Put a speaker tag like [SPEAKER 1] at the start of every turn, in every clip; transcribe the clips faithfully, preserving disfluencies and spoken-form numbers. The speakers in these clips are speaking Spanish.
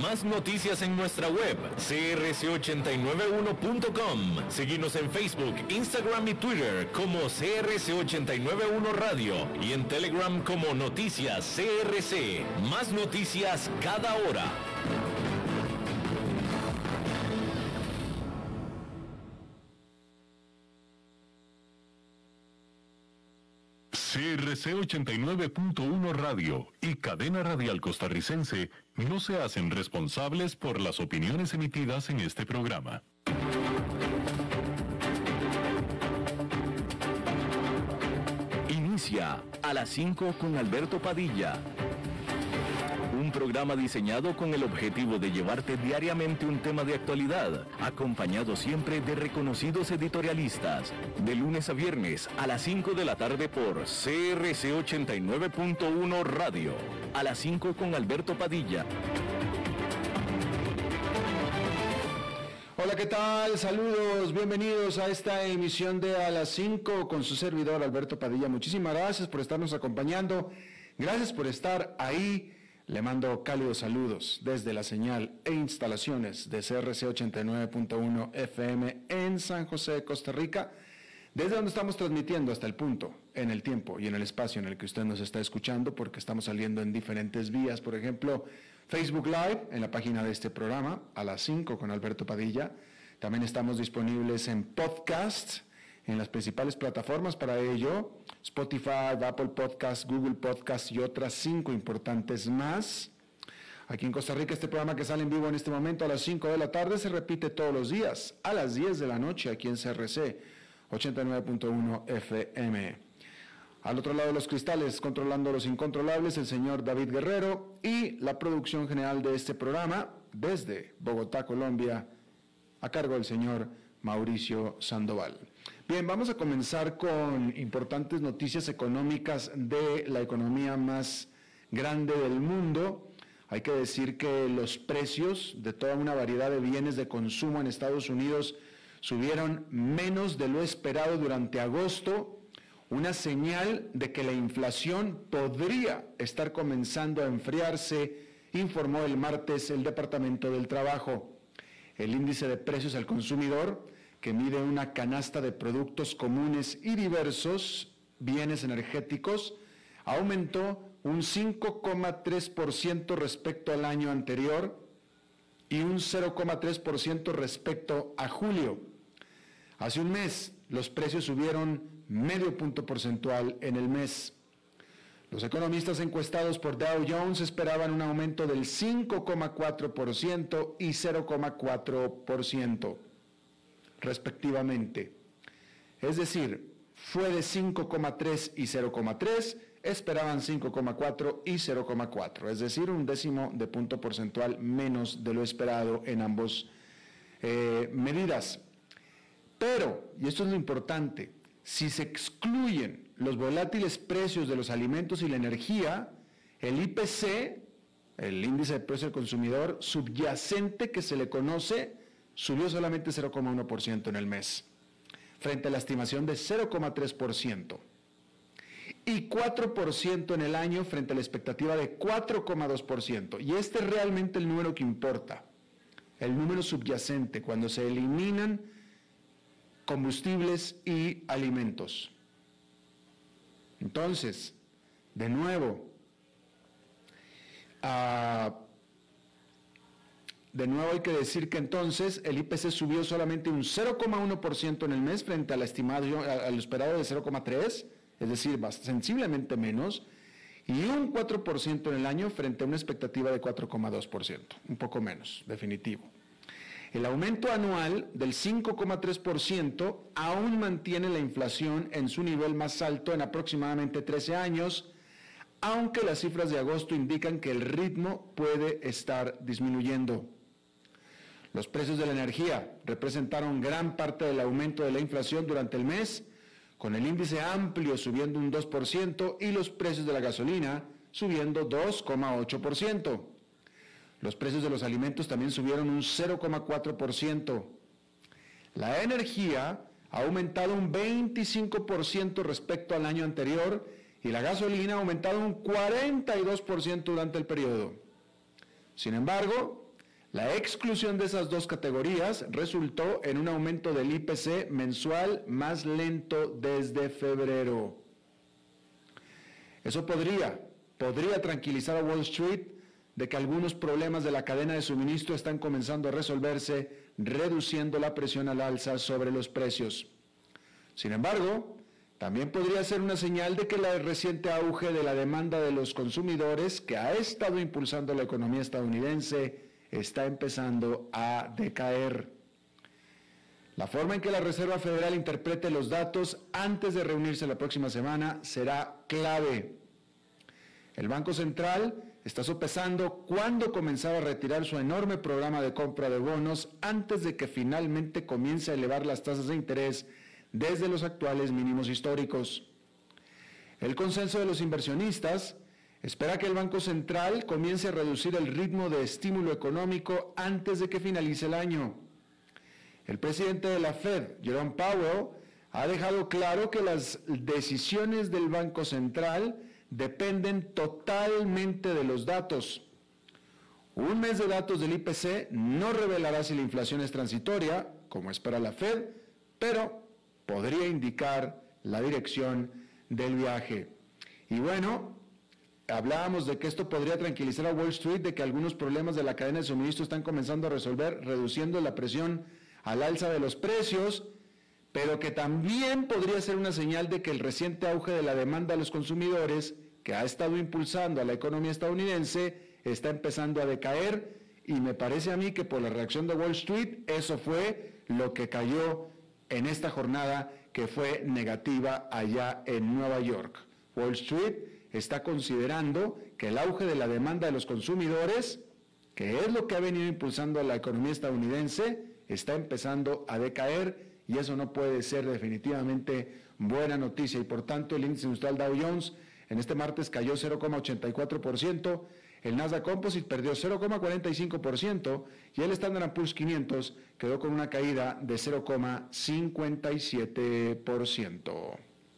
[SPEAKER 1] Más noticias en nuestra web, c r c ochenta y nueve uno punto com. Seguimos en Facebook, Instagram y Twitter como C R C ochenta y nueve uno Radio y en Telegram como Noticias C R C. Más noticias cada hora.
[SPEAKER 2] C R C ochenta y nueve punto uno Radio y Cadena Radial Costarricense no se hacen responsables por las opiniones emitidas en este programa.
[SPEAKER 1] Inicia a las cinco con Alberto Padilla. Un programa diseñado con el objetivo de llevarte diariamente un tema de actualidad, acompañado siempre de reconocidos editorialistas. De lunes a viernes a las cinco de la tarde por C R C ochenta y nueve punto uno Radio. A las cinco con Alberto Padilla.
[SPEAKER 3] Hola, ¿qué tal? Saludos, bienvenidos a esta emisión de A las cinco con su servidor Alberto Padilla. Muchísimas gracias por estarnos acompañando. Gracias por estar ahí. Le mando cálidos saludos desde la señal e instalaciones de C R C ochenta y nueve punto uno F M en San José, Costa Rica, desde donde estamos transmitiendo hasta el punto, en el tiempo y en el espacio en el que usted nos está escuchando, porque estamos saliendo en diferentes vías. Por ejemplo, Facebook Live, en la página de este programa, a las cinco con Alberto Padilla. También estamos disponibles en podcast, en las principales plataformas para ello, Spotify, Apple Podcasts, Google Podcasts y otras cinco importantes más. Aquí en Costa Rica, este programa que sale en vivo en este momento a las cinco de la tarde se repite todos los días a las diez de la noche aquí en C R C ochenta y nueve punto uno F M. Al otro lado de los cristales, controlando los incontrolables, el señor David Guerrero, y la producción general de este programa desde Bogotá, Colombia, a cargo del señor Mauricio Sandoval. Bien, vamos a comenzar con importantes noticias económicas de la economía más grande del mundo. Hay que decir que los precios de toda una variedad de bienes de consumo en Estados Unidos subieron menos de lo esperado durante agosto, una señal de que la inflación podría estar comenzando a enfriarse, informó el martes el Departamento del Trabajo. El índice de precios al consumidor, que mide una canasta de productos comunes y diversos, bienes energéticos, aumentó un cinco coma tres por ciento respecto al año anterior y un cero coma tres por ciento respecto a julio. Hace un mes, los precios subieron medio punto porcentual en el mes. Los economistas encuestados por Dow Jones esperaban un aumento del cinco coma cuatro por ciento y cero coma cuatro por ciento. respectivamente. Es decir, fue de cinco coma tres y cero coma tres, esperaban cinco coma cuatro y cero coma cuatro, es decir, un décimo de punto porcentual menos de lo esperado en ambas eh, medidas. Pero, y esto es lo importante, si se excluyen los volátiles precios de los alimentos y la energía, el I P C, el índice de precio del consumidor subyacente que se le conoce, subió solamente cero coma uno por ciento en el mes, frente a la estimación de cero coma tres por ciento, y cuatro por ciento en el año frente a la expectativa de cuatro coma dos por ciento. Y este es realmente el número que importa, el número subyacente, cuando se eliminan combustibles y alimentos. Entonces, de nuevo, uh, De nuevo hay que decir que entonces el I P C subió solamente un cero coma uno por ciento en el mes frente al estimado, al esperado de cero coma tres por ciento, es decir, sensiblemente menos, y un cuatro por ciento en el año frente a una expectativa de cuatro coma dos por ciento, un poco menos, definitivo. El aumento anual del cinco coma tres por ciento aún mantiene la inflación en su nivel más alto en aproximadamente trece años, aunque las cifras de agosto indican que el ritmo puede estar disminuyendo. Los precios de la energía representaron gran parte del aumento de la inflación durante el mes, con el índice amplio subiendo un dos por ciento y los precios de la gasolina subiendo dos coma ocho por ciento. Los precios de los alimentos también subieron un cero coma cuatro por ciento. La energía ha aumentado un veinticinco por ciento respecto al año anterior y la gasolina ha aumentado un cuarenta y dos por ciento durante el periodo. Sin embargo, La exclusión de esas dos categorías resultó en un aumento del I P C mensual más lento desde febrero. Eso podría, podría tranquilizar a Wall Street de que algunos problemas de la cadena de suministro están comenzando a resolverse, reduciendo la presión al alza sobre los precios. Sin embargo, también podría ser una señal de que el reciente auge de la demanda de los consumidores, que ha estado impulsando la economía estadounidense, está empezando a decaer. La forma en que la Reserva Federal interprete los datos antes de reunirse la próxima semana será clave. El Banco Central está sopesando cuándo comenzar a retirar su enorme programa de compra de bonos antes de que finalmente comience a elevar las tasas de interés desde los actuales mínimos históricos. El consenso de los inversionistas espera que el Banco Central comience a reducir el ritmo de estímulo económico antes de que finalice el año. El presidente de la Fed, Jerome Powell, ha dejado claro que las decisiones del Banco Central dependen totalmente de los datos. Un mes de datos del I P C no revelará si la inflación es transitoria, como espera la Fed, pero podría indicar la dirección del viaje. Y bueno, hablábamos de que esto podría tranquilizar a Wall Street, de que algunos problemas de la cadena de suministro están comenzando a resolver, reduciendo la presión al alza de los precios, pero que también podría ser una señal de que el reciente auge de la demanda de los consumidores, que ha estado impulsando a la economía estadounidense, está empezando a decaer, y me parece a mí que por la reacción de Wall Street, eso fue lo que cayó en esta jornada que fue negativa allá en Nueva York. Wall Street está considerando que el auge de la demanda de los consumidores, que es lo que ha venido impulsando a la economía estadounidense, está empezando a decaer, y eso no puede ser definitivamente buena noticia, y por tanto el índice industrial Dow Jones en este martes cayó cero coma ochenta y cuatro por ciento, el Nasdaq Composite perdió cero coma cuarenta y cinco por ciento y el Standard and Poor's quinientos quedó con una caída de cero coma cincuenta y siete por ciento.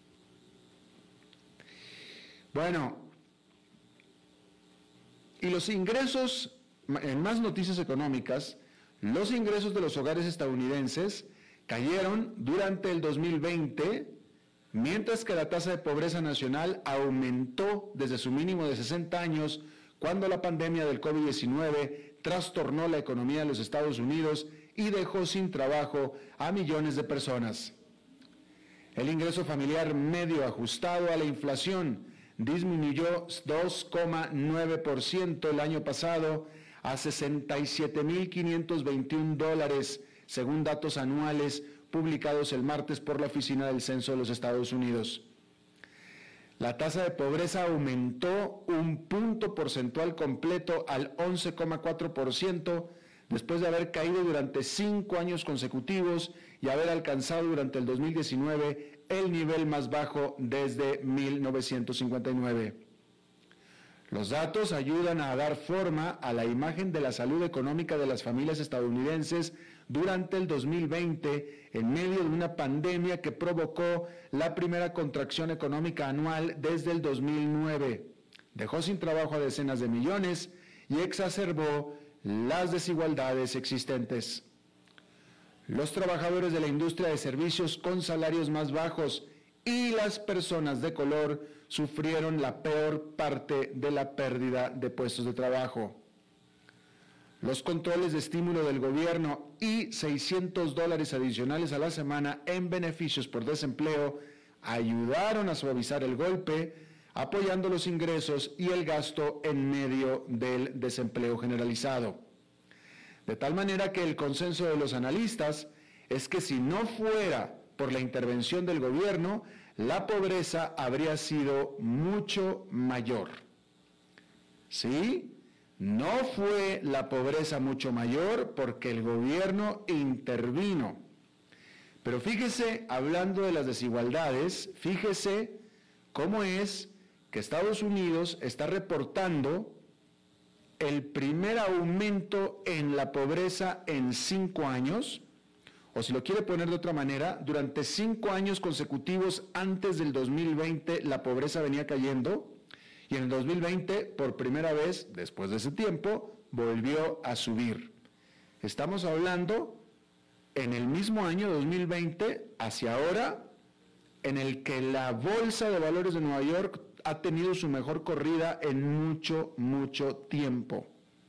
[SPEAKER 3] Bueno, y los ingresos, en más noticias económicas, los ingresos de los hogares estadounidenses cayeron durante el dos mil veinte, mientras que la tasa de pobreza nacional aumentó desde su mínimo de sesenta años, cuando la pandemia del COVID diecinueve trastornó la economía de los Estados Unidos y dejó sin trabajo a millones de personas. El ingreso familiar medio ajustado a la inflación disminuyó dos coma nueve por ciento el año pasado a sesenta y siete mil quinientos veintiún dólares, según datos anuales publicados el martes por la Oficina del Censo de los Estados Unidos. La tasa de pobreza aumentó un punto porcentual completo al once coma cuatro por ciento después de haber caído durante cinco años consecutivos y haber alcanzado durante el dos mil diecinueve el nivel más bajo desde mil novecientos cincuenta y nueve. Los datos ayudan a dar forma a la imagen de la salud económica de las familias estadounidenses durante el dos mil veinte, en medio de una pandemia que provocó la primera contracción económica anual desde el dos mil nueve. Dejó sin trabajo a decenas de millones y exacerbó las desigualdades existentes. Los trabajadores de la industria de servicios con salarios más bajos y las personas de color sufrieron la peor parte de la pérdida de puestos de trabajo. Los controles de estímulo del gobierno y seiscientos dólares adicionales a la semana en beneficios por desempleo ayudaron a suavizar el golpe, apoyando los ingresos y el gasto en medio del desempleo generalizado. De tal manera que el consenso de los analistas es que si no fuera por la intervención del gobierno, la pobreza habría sido mucho mayor. ¿Sí? No fue la pobreza mucho mayor porque el gobierno intervino. Pero fíjese, hablando de las desigualdades, fíjese cómo es que Estados Unidos está reportando el primer aumento en la pobreza en cinco años, o si lo quiere poner de otra manera, durante cinco años consecutivos antes del dos mil veinte la pobreza venía cayendo, y en el dos mil veinte, por primera vez, después de ese tiempo, volvió a subir. Estamos hablando en el mismo año dos mil veinte hacia ahora, en el que la Bolsa de Valores de Nueva York ha tenido su mejor corrida en mucho, mucho tiempo.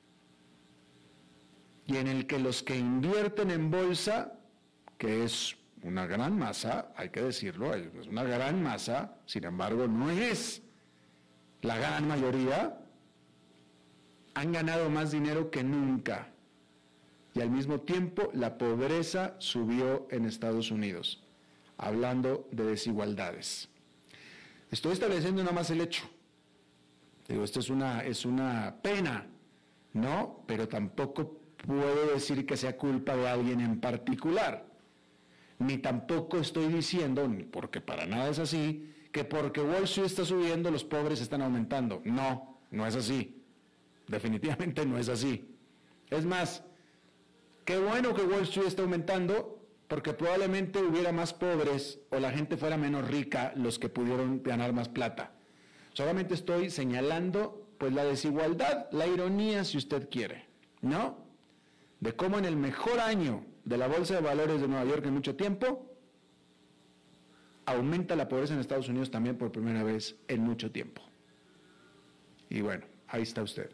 [SPEAKER 3] Y en el que los que invierten en bolsa, que es una gran masa, hay que decirlo, es una gran masa, sin embargo no es la gran mayoría, han ganado más dinero que nunca. Y al mismo tiempo la pobreza subió en Estados Unidos, hablando de desigualdades. Estoy estableciendo nada más el hecho. Digo, esto es una, es una pena, ¿no? Pero tampoco puedo decir que sea culpa de alguien en particular. Ni tampoco estoy diciendo, porque para nada es así, que porque Wall Street está subiendo, los pobres están aumentando. No, no es así. Definitivamente no es así. Es más, qué bueno que Wall Street está aumentando, porque probablemente hubiera más pobres o la gente fuera menos rica los que pudieron ganar más plata. Solamente estoy señalando pues la desigualdad, la ironía si usted quiere, ¿no? De cómo en el mejor año de la Bolsa de Valores de Nueva York en mucho tiempo, aumenta la pobreza en Estados Unidos también por primera vez en mucho tiempo. Y bueno, ahí está usted.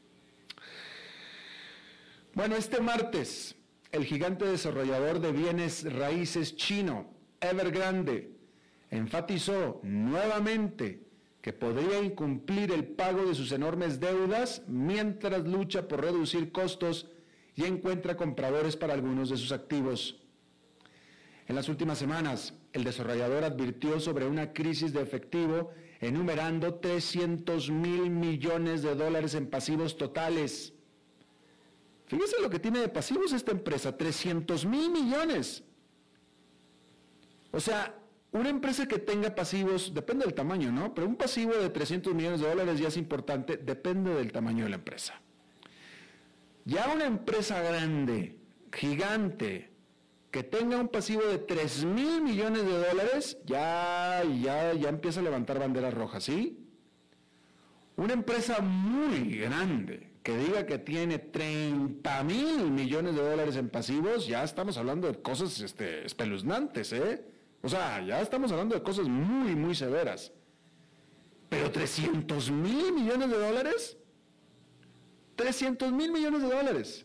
[SPEAKER 3] Bueno, este martes, el gigante desarrollador de bienes raíces chino, Evergrande, enfatizó nuevamente que podría incumplir el pago de sus enormes deudas mientras lucha por reducir costos y encuentra compradores para algunos de sus activos. En las últimas semanas, el desarrollador advirtió sobre una crisis de efectivo, enumerando trescientos mil millones de dólares en pasivos totales. Fíjese lo que tiene de pasivos esta empresa, trescientos mil millones. O sea, una empresa que tenga pasivos, depende del tamaño, ¿no? Pero un pasivo de trescientos millones de dólares ya es importante, depende del tamaño de la empresa. Ya una empresa grande, gigante, que tenga un pasivo de tres mil millones de dólares, ya, ya, ya empieza a levantar banderas rojas, ¿sí? Una empresa muy grande, que diga que tiene treinta mil millones de dólares en pasivos, ya estamos hablando de cosas este, espeluznantes, ¿eh? O sea, ya estamos hablando de cosas muy, muy severas. Pero trescientos mil millones de dólares, trescientos mil millones de dólares.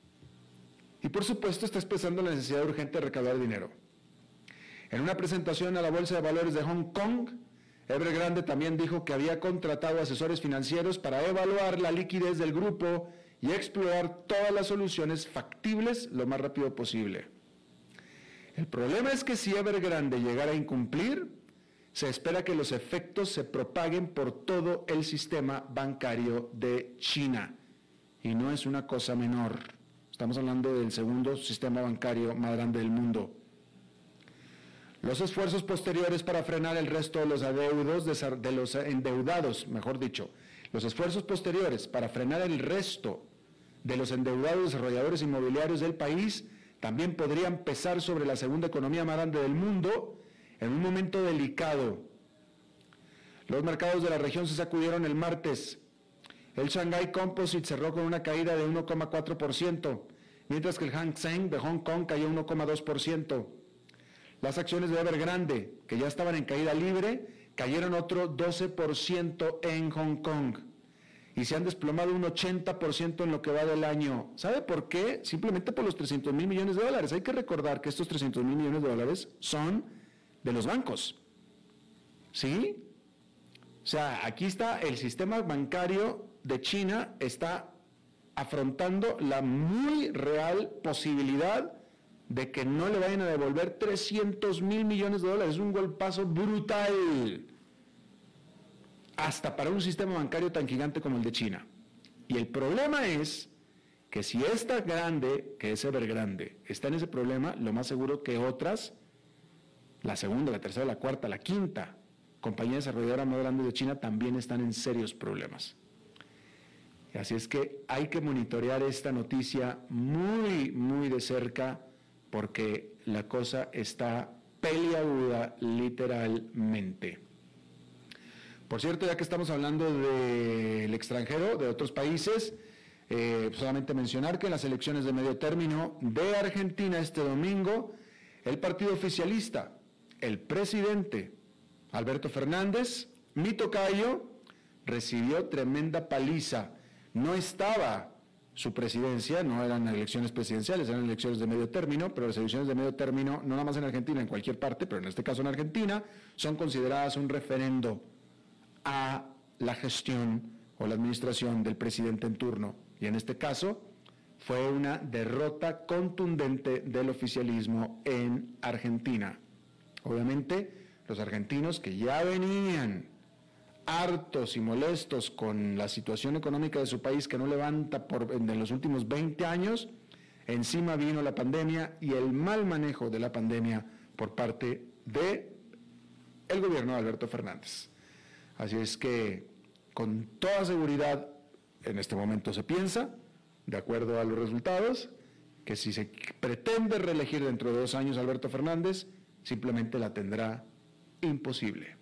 [SPEAKER 3] Y por supuesto está expresando la necesidad urgente de recaudar dinero. En una presentación a la Bolsa de Valores de Hong Kong, Evergrande también dijo que había contratado asesores financieros para evaluar la liquidez del grupo y explorar todas las soluciones factibles lo más rápido posible. El problema es que si Evergrande llegara a incumplir, se espera que los efectos se propaguen por todo el sistema bancario de China. Y no es una cosa menor. Estamos hablando del segundo sistema bancario más grande del mundo. Los esfuerzos posteriores para frenar el resto de los adeudos, de los endeudados, mejor dicho, los esfuerzos posteriores para frenar el resto de los endeudados desarrolladores inmobiliarios del país también podrían pesar sobre la segunda economía más grande del mundo en un momento delicado. Los mercados de la región se sacudieron el martes. El Shanghai Composite cerró con una caída de uno coma cuatro por ciento, mientras que el Hang Seng de Hong Kong cayó uno coma dos por ciento. Las acciones de Evergrande, que ya estaban en caída libre, cayeron otro doce por ciento en Hong Kong y se han desplomado un ochenta por ciento en lo que va del año. ¿Sabe por qué? Simplemente por los trescientos mil millones de dólares. Hay que recordar que estos trescientos mil millones de dólares son de los bancos. ¿Sí? O sea, aquí está el sistema bancario de China, está afrontando la muy real posibilidad de que no le vayan a devolver trescientos mil millones de dólares. Es un golpazo brutal, hasta para un sistema bancario tan gigante como el de China. Y el problema es que si esta grande, que es Evergrande, está en ese problema, lo más seguro que otras, la segunda, la tercera, la cuarta, la quinta compañía desarrolladora más grande de China también están en serios problemas. Así es que hay que monitorear esta noticia muy, muy de cerca, porque la cosa está peliaguda literalmente. Por cierto, ya que estamos hablando del extranjero, de otros países, Eh, solamente mencionar que en las elecciones de medio término de Argentina este domingo, el partido oficialista, el presidente Alberto Fernández, mi tocayo, recibió tremenda paliza. No estaba su presidencia, no eran elecciones presidenciales, eran elecciones de medio término, pero las elecciones de medio término, no nada más en Argentina, en cualquier parte, pero en este caso en Argentina, son consideradas un referendo a la gestión o la administración del presidente en turno. Y en este caso fue una derrota contundente del oficialismo en Argentina. Obviamente, los argentinos que ya venían hartos y molestos con la situación económica de su país que no levanta por, en los últimos veinte años, encima vino la pandemia y el mal manejo de la pandemia por parte de el gobierno de Alberto Fernández. Así es que, con toda seguridad, en este momento se piensa, de acuerdo a los resultados, que si se pretende reelegir dentro de dos años a Alberto Fernández, simplemente la tendrá imposible.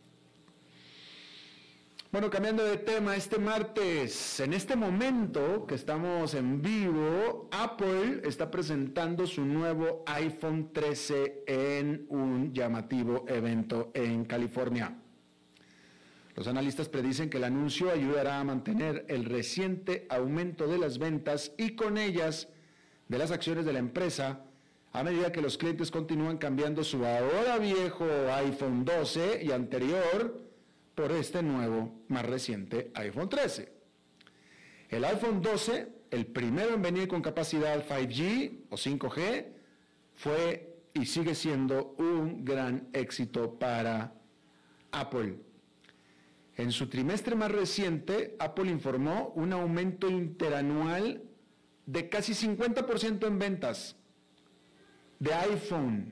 [SPEAKER 3] Bueno, cambiando de tema, este martes, en este momento que estamos en vivo, Apple está presentando su nuevo iPhone trece en un llamativo evento en California. Los analistas predicen que el anuncio ayudará a mantener el reciente aumento de las ventas y con ellas de las acciones de la empresa a medida que los clientes continúan cambiando su ahora viejo iPhone doce y anterior por este nuevo, más reciente iPhone trece. El iPhone doce, el primero en venir con capacidad cinco G o cinco G, fue y sigue siendo un gran éxito para Apple. En su trimestre más reciente, Apple informó un aumento interanual de casi cincuenta por ciento en ventas de iPhone.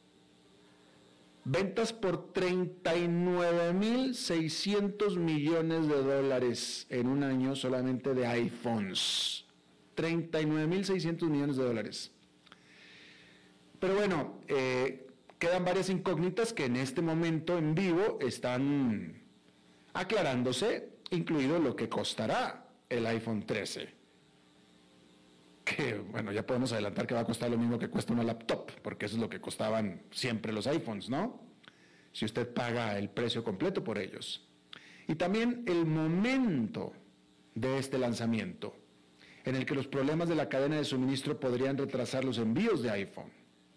[SPEAKER 3] Ventas por treinta y nueve mil seiscientos millones de dólares en un año solamente de iPhones. treinta y nueve mil seiscientos millones de dólares. Pero bueno, eh, quedan varias incógnitas que en este momento en vivo están aclarándose, incluido lo que costará el iPhone trece. Que, bueno, ya podemos adelantar que va a costar lo mismo que cuesta una laptop, porque eso es lo que costaban siempre los iPhones, ¿no? Si usted paga el precio completo por ellos. Y también el momento de este lanzamiento, en el que los problemas de la cadena de suministro podrían retrasar los envíos de iPhone.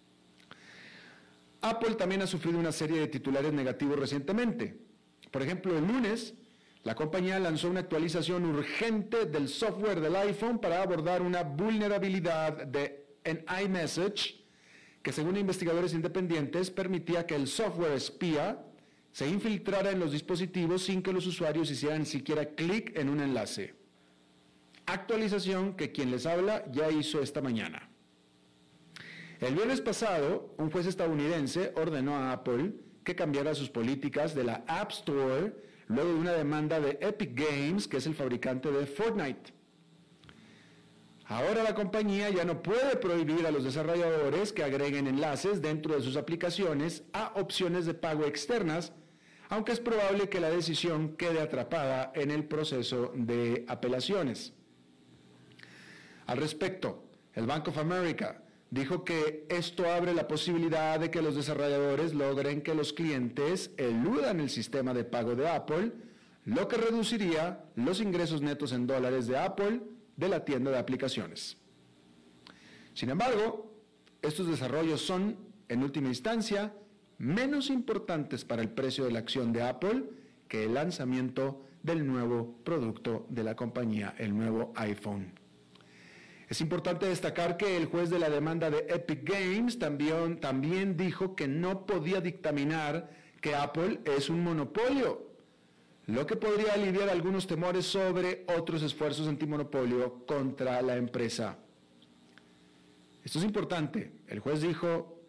[SPEAKER 3] Apple también ha sufrido una serie de titulares negativos recientemente. Por ejemplo, el lunes, la compañía lanzó una actualización urgente del software del iPhone para abordar una vulnerabilidad de, en iMessage que, según investigadores independientes, permitía que el software espía se infiltrara en los dispositivos sin que los usuarios hicieran siquiera clic en un enlace. Actualización que quien les habla ya hizo esta mañana. El viernes pasado, un juez estadounidense ordenó a Apple que cambiara sus políticas de la App Store luego de una demanda de Epic Games, que es el fabricante de Fortnite. Ahora la compañía ya no puede prohibir a los desarrolladores que agreguen enlaces dentro de sus aplicaciones a opciones de pago externas, aunque es probable que la decisión quede atrapada en el proceso de apelaciones. Al respecto, el Bank of America dijo que esto abre la posibilidad de que los desarrolladores logren que los clientes eludan el sistema de pago de Apple, lo que reduciría los ingresos netos en dólares de Apple de la tienda de aplicaciones. Sin embargo, estos desarrollos son, en última instancia, menos importantes para el precio de la acción de Apple que el lanzamiento del nuevo producto de la compañía, el nuevo iPhone. Es importante destacar que el juez de la demanda de Epic Games también, también dijo que no podía dictaminar que Apple es un monopolio, lo que podría aliviar algunos temores sobre otros esfuerzos antimonopolio contra la empresa. Esto es importante. El juez dijo,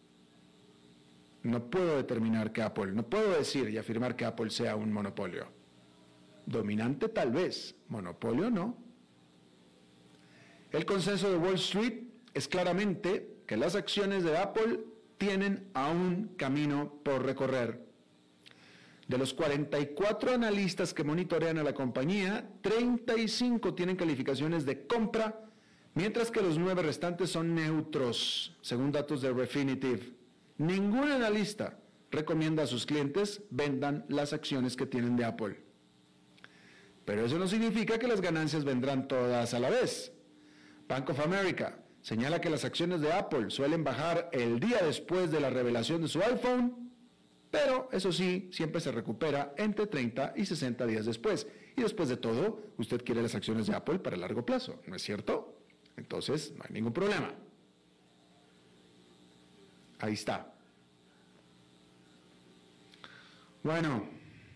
[SPEAKER 3] no puedo determinar que Apple, no puedo decir y afirmar que Apple sea un monopolio. Dominante tal vez, monopolio no. El consenso de Wall Street es claramente que las acciones de Apple tienen aún camino por recorrer. De los cuarenta y cuatro analistas que monitorean a la compañía, treinta y cinco tienen calificaciones de compra, mientras que los nueve restantes son neutros, según datos de Refinitiv. Ningún analista recomienda a sus clientes vendan las acciones que tienen de Apple. Pero eso no significa que las ganancias vendrán todas a la vez. Bank of America señala que las acciones de Apple suelen bajar el día después de la revelación de su iPhone, pero eso sí, siempre se recupera entre treinta y sesenta días después. Y después de todo, usted quiere las acciones de Apple para el largo plazo, ¿no es cierto? Entonces, no hay ningún problema. Ahí está. Bueno.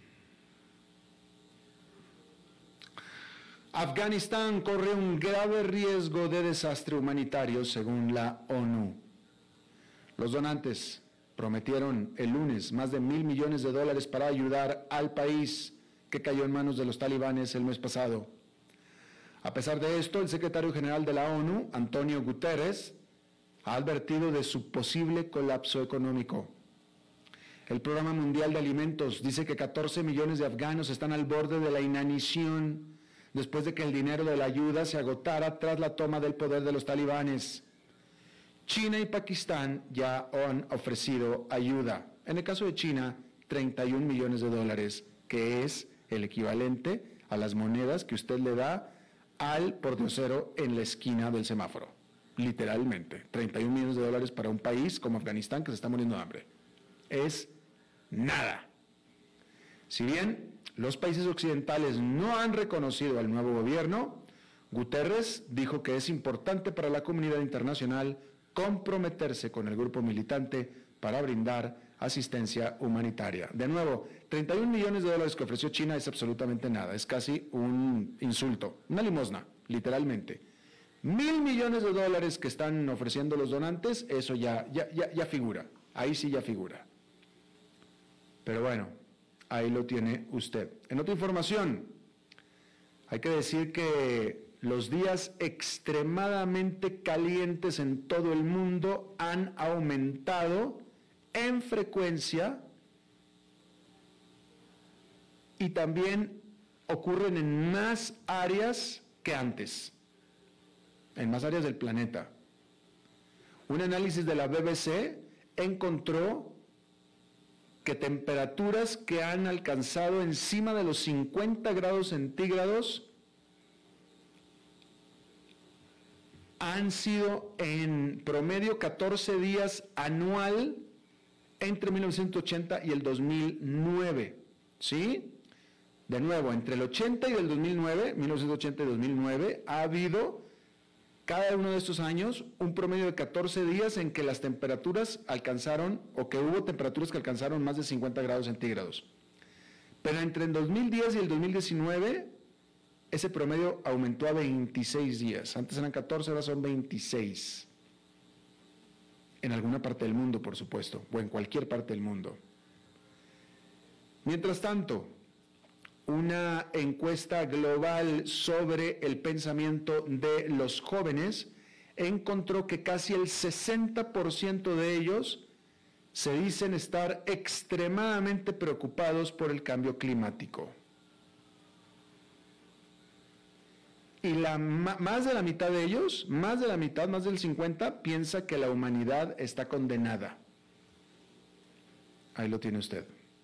[SPEAKER 3] Afganistán corre un grave riesgo de desastre humanitario, según la ONU. Los donantes prometieron el lunes más de mil millones de dólares para ayudar al país que cayó en manos de los talibanes el mes pasado. A pesar de esto, el secretario general de la ONU, Antonio Guterres, ha advertido de su posible colapso económico. El Programa Mundial de Alimentos dice que catorce millones de afganos están al borde de la inanición después de que el dinero de la ayuda se agotara tras la toma del poder de los talibanes. China y Pakistán ya han ofrecido ayuda. En el caso de China, treinta y un millones de dólares, que es el equivalente a las monedas que usted le da al pordiosero en la esquina del semáforo. Literalmente, treinta y un millones de dólares para un país como Afganistán que se está muriendo de hambre. Es nada. Si bien los países occidentales no han reconocido al nuevo gobierno, Guterres dijo que es importante para la comunidad internacional comprometerse con el grupo militante para brindar asistencia humanitaria. De nuevo, treinta y un millones de dólares que ofreció China es absolutamente nada, es casi un insulto, una limosna, literalmente. Mil millones de dólares que están ofreciendo los donantes, eso ya, ya, ya, ya figura, ahí sí ya figura. Pero bueno, ahí lo tiene usted. En otra información, hay que decir que los días extremadamente calientes en todo el mundo han aumentado en frecuencia y también ocurren en más áreas que antes, en más áreas del planeta. Un análisis de la B B C encontró que temperaturas que han alcanzado encima de los cincuenta grados centígrados han sido en promedio catorce días anual entre mil novecientos ochenta y el dos mil nueve, ¿sí? De nuevo, entre el ochenta y el dos mil nueve, mil novecientos ochenta y dos mil nueve, ha habido cada uno de estos años un promedio de catorce días en que las temperaturas alcanzaron, o que hubo temperaturas que alcanzaron más de cincuenta grados centígrados. Pero entre el dos mil diez y el dos mil diecinueve, ese promedio aumentó a veintiséis días. Antes eran catorce, ahora son veintiséis. En alguna parte del mundo, por supuesto, o en cualquier parte del mundo. Mientras tanto, una encuesta global sobre el pensamiento de los jóvenes encontró que casi el sesenta por ciento de ellos se dicen estar extremadamente preocupados por el cambio climático. Y la, más de la mitad de ellos, más de la mitad, más del cincuenta, piensa que la humanidad está condenada. Ahí lo tiene usted.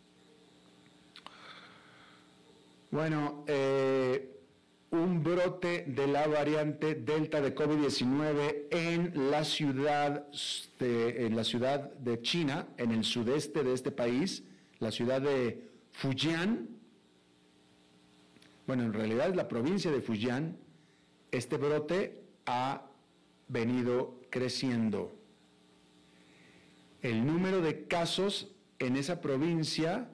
[SPEAKER 3] Bueno, eh, un brote de la variante Delta de COVID diecinueve en la ciudad de, en la ciudad de China, en el sudeste de este país, la ciudad de Fujian. Bueno, en realidad es la provincia de Fujian. Este brote ha venido creciendo. El número de casos en esa provincia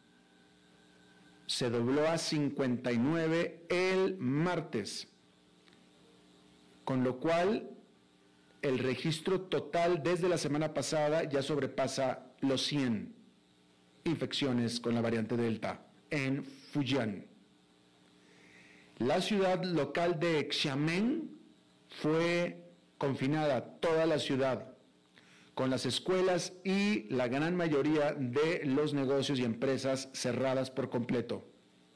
[SPEAKER 3] se dobló a cincuenta y nueve el martes, con lo cual el registro total desde la semana pasada ya sobrepasa los cien infecciones con la variante Delta en Fujian. La ciudad local de Xiamen fue confinada, toda la ciudad, con las escuelas y la gran mayoría de los negocios y empresas cerradas por completo.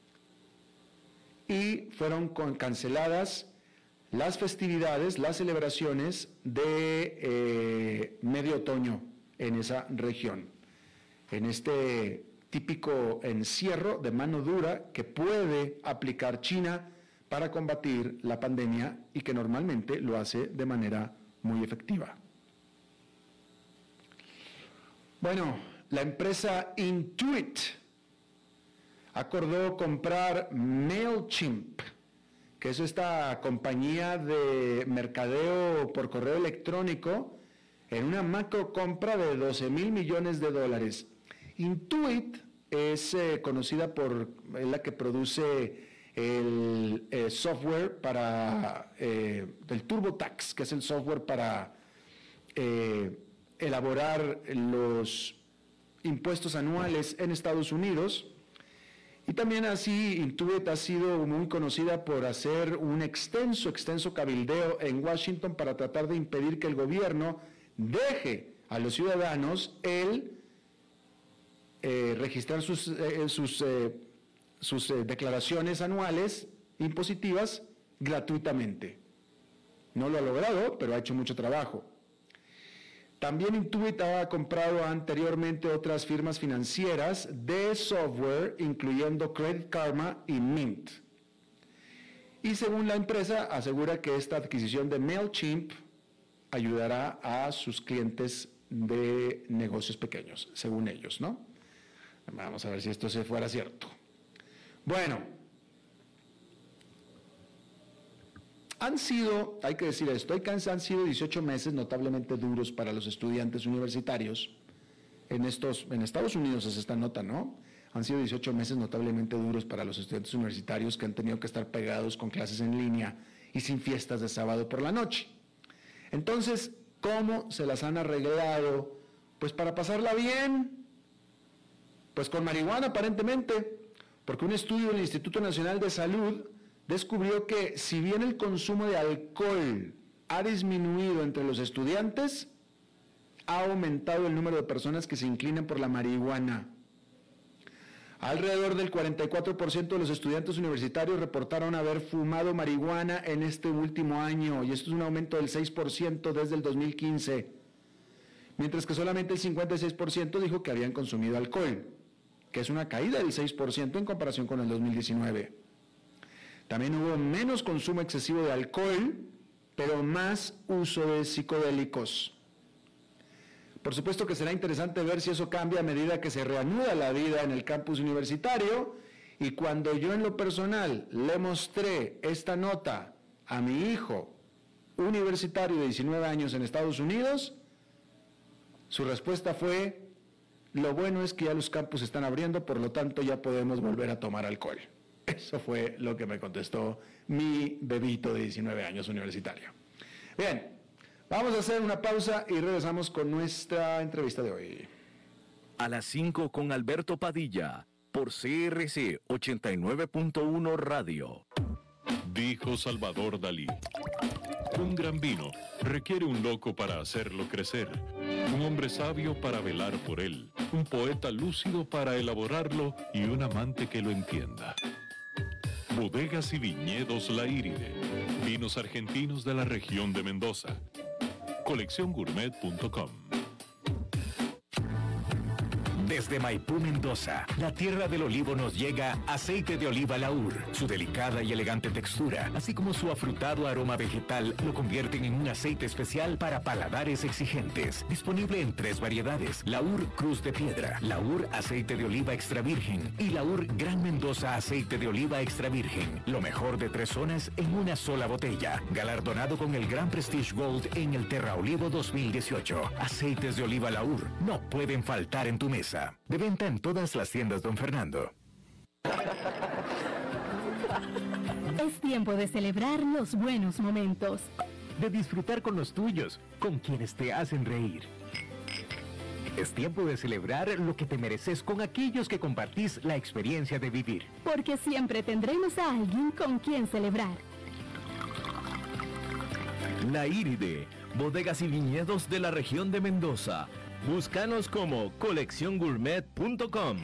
[SPEAKER 3] Y fueron con, canceladas las festividades, las celebraciones de eh, medio otoño en esa región, en este típico encierro de mano dura que puede aplicar China para combatir la pandemia y que normalmente lo hace de manera muy efectiva. Bueno, la empresa Intuit acordó comprar MailChimp, que es esta compañía de mercadeo por correo electrónico, en una macro compra de doce mil millones de dólares. Intuit es eh, conocida por, es la que produce el eh, software para, eh, el TurboTax, que es el software para eh, elaborar los impuestos anuales en Estados Unidos. Y también así Intuit ha sido muy conocida por hacer un extenso, extenso cabildeo en Washington para tratar de impedir que el gobierno deje a los ciudadanos el eh, registrar sus, eh, sus, eh, sus eh, declaraciones anuales impositivas gratuitamente. No lo ha logrado, pero ha hecho mucho trabajo. También Intuit ha comprado anteriormente otras firmas financieras de software, incluyendo Credit Karma y Mint. Y según la empresa, asegura que esta adquisición de MailChimp ayudará a sus clientes de negocios pequeños, según ellos, ¿no? Vamos a ver si esto se fuera cierto. Bueno. Han sido, hay que decir esto, han sido dieciocho meses notablemente duros para los estudiantes universitarios. En, estos, en Estados Unidos es esta nota, ¿no? Han sido dieciocho meses notablemente duros para los estudiantes universitarios que han tenido que estar pegados con clases en línea y sin fiestas de sábado por la noche. Entonces, ¿cómo se las han arreglado? Pues para pasarla bien, pues con marihuana aparentemente, porque un estudio del Instituto Nacional de Salud descubrió que si bien el consumo de alcohol ha disminuido entre los estudiantes, ha aumentado el número de personas que se inclinan por la marihuana. Alrededor del cuarenta y cuatro por ciento de los estudiantes universitarios reportaron haber fumado marihuana en este último año, y esto es un aumento del seis por ciento desde el dos mil quince, mientras que solamente el cincuenta y seis por ciento dijo que habían consumido alcohol, que es una caída del seis por ciento en comparación con el dos mil diecinueve. También hubo menos consumo excesivo de alcohol, pero más uso de psicodélicos. Por supuesto que será interesante ver si eso cambia a medida que se reanuda la vida en el campus universitario, y cuando yo en lo personal le mostré esta nota a mi hijo universitario de diecinueve años en Estados Unidos, su respuesta fue: lo bueno es que ya los campus están abriendo, por lo tanto ya podemos volver a tomar alcohol. Eso fue lo que me contestó mi bebito de diecinueve años universitario. Bien, vamos a hacer una pausa y regresamos con nuestra entrevista de hoy.
[SPEAKER 1] A las cinco con Alberto Padilla, por C R C ochenta y nueve punto uno Radio.
[SPEAKER 2] Dijo Salvador Dalí: un gran vino requiere un loco para hacerlo crecer, un hombre sabio para velar por él, un poeta lúcido para elaborarlo y un amante que lo entienda. Bodegas y viñedos La Iride, vinos argentinos de la región de Mendoza. colección gourmet punto com.
[SPEAKER 4] Desde Maipú, Mendoza, la tierra del olivo, nos llega aceite de oliva Laur. Su delicada y elegante textura, así como su afrutado aroma vegetal, lo convierten en un aceite especial para paladares exigentes. Disponible en tres variedades: Laur Cruz de Piedra, Laur Aceite de Oliva Extra Virgen y Laur Gran Mendoza Aceite de Oliva Extra Virgen. Lo mejor de tres zonas en una sola botella. Galardonado con el Gran Prestige Gold en el Terra Olivo dos mil dieciocho. Aceites de oliva Laur no pueden faltar en tu mesa. De venta en todas las tiendas Don Fernando.
[SPEAKER 5] Es tiempo de celebrar los buenos momentos.
[SPEAKER 6] De disfrutar con los tuyos, con quienes te hacen reír. Es tiempo de celebrar lo que te mereces con aquellos que compartís la experiencia de vivir.
[SPEAKER 5] Porque siempre tendremos a alguien con quien celebrar.
[SPEAKER 1] La Iride, bodegas y viñedos de la región de Mendoza. Búscanos como colección gourmet punto com.